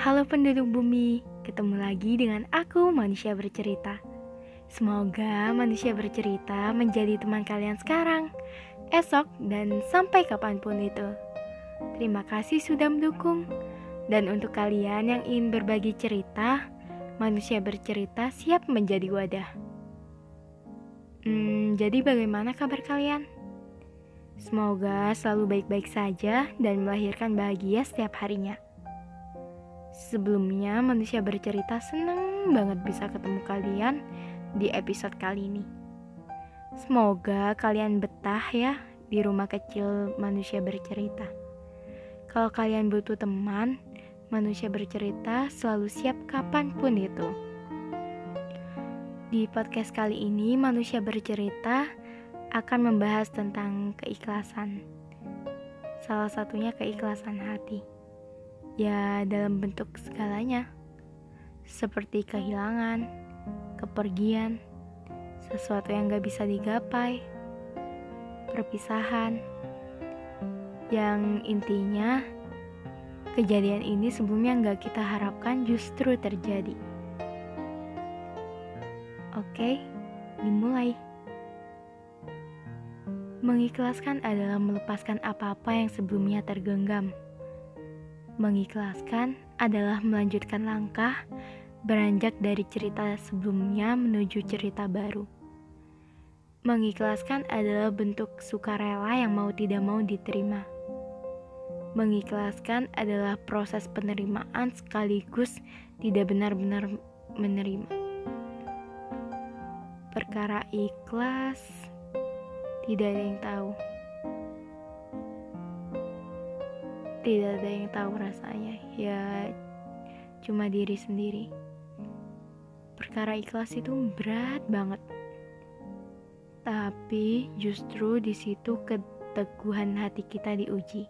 Halo penduduk bumi, ketemu lagi dengan aku manusia bercerita. Semoga manusia bercerita menjadi teman kalian sekarang, esok, dan sampai kapanpun itu. Terima kasih sudah mendukung. Dan untuk kalian yang ingin berbagi cerita, manusia bercerita siap menjadi wadah. Jadi bagaimana kabar kalian? Semoga selalu baik-baik saja dan melahirkan bahagia setiap harinya. Sebelumnya, manusia bercerita seneng banget bisa ketemu kalian di episode kali ini. Semoga kalian betah ya di rumah kecil manusia bercerita. Kalau kalian butuh teman, manusia bercerita selalu siap kapanpun itu. Di podcast kali ini, manusia bercerita akan membahas tentang keikhlasan. Salah satunya keikhlasan hati. Ya, dalam bentuk segalanya, seperti kehilangan, kepergian, sesuatu yang gak bisa digapai, perpisahan, yang intinya kejadian ini sebelumnya gak kita harapkan justru terjadi. Oke, dimulai. Mengikhlaskan adalah melepaskan apa-apa yang sebelumnya tergenggam. Mengikhlaskan adalah melanjutkan langkah beranjak dari cerita sebelumnya menuju cerita baru. Mengikhlaskan adalah bentuk sukarela yang mau tidak mau diterima. Mengikhlaskan adalah proses penerimaan sekaligus tidak benar-benar menerima. Perkara ikhlas tidak ada yang tahu. Tidak ada yang tahu rasanya, ya cuma diri sendiri. Perkara ikhlas itu berat banget. Tapi justru di situ keteguhan hati kita diuji.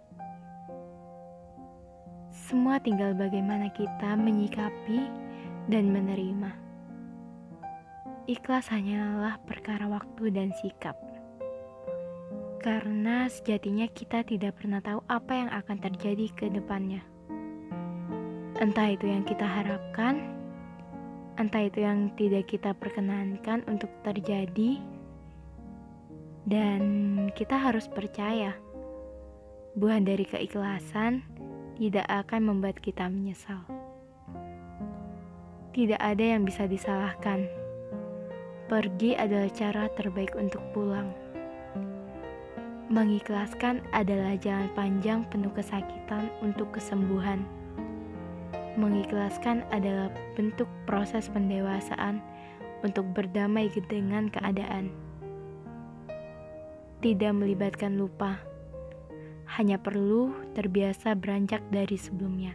Semua tinggal bagaimana kita menyikapi dan menerima. Ikhlas hanyalah perkara waktu dan sikap. Karena sejatinya kita tidak pernah tahu apa yang akan terjadi ke depannya. Entah itu yang kita harapkan, entah itu yang tidak kita perkenankan untuk terjadi. Dan kita harus percaya, buah dari keikhlasan tidak akan membuat kita menyesal. Tidak ada yang bisa disalahkan. Pergi adalah cara terbaik untuk pulang. Mengikhlaskan adalah jalan panjang penuh kesakitan untuk kesembuhan. Mengikhlaskan adalah bentuk proses pendewasaan untuk berdamai dengan keadaan. Tidak melibatkan lupa, hanya perlu terbiasa beranjak dari sebelumnya.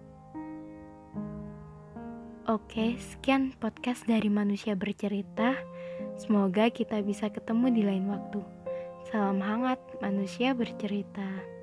Oke, sekian podcast dari manusia bercerita. Semoga kita bisa ketemu di lain waktu. Salam hangat manusia bercerita.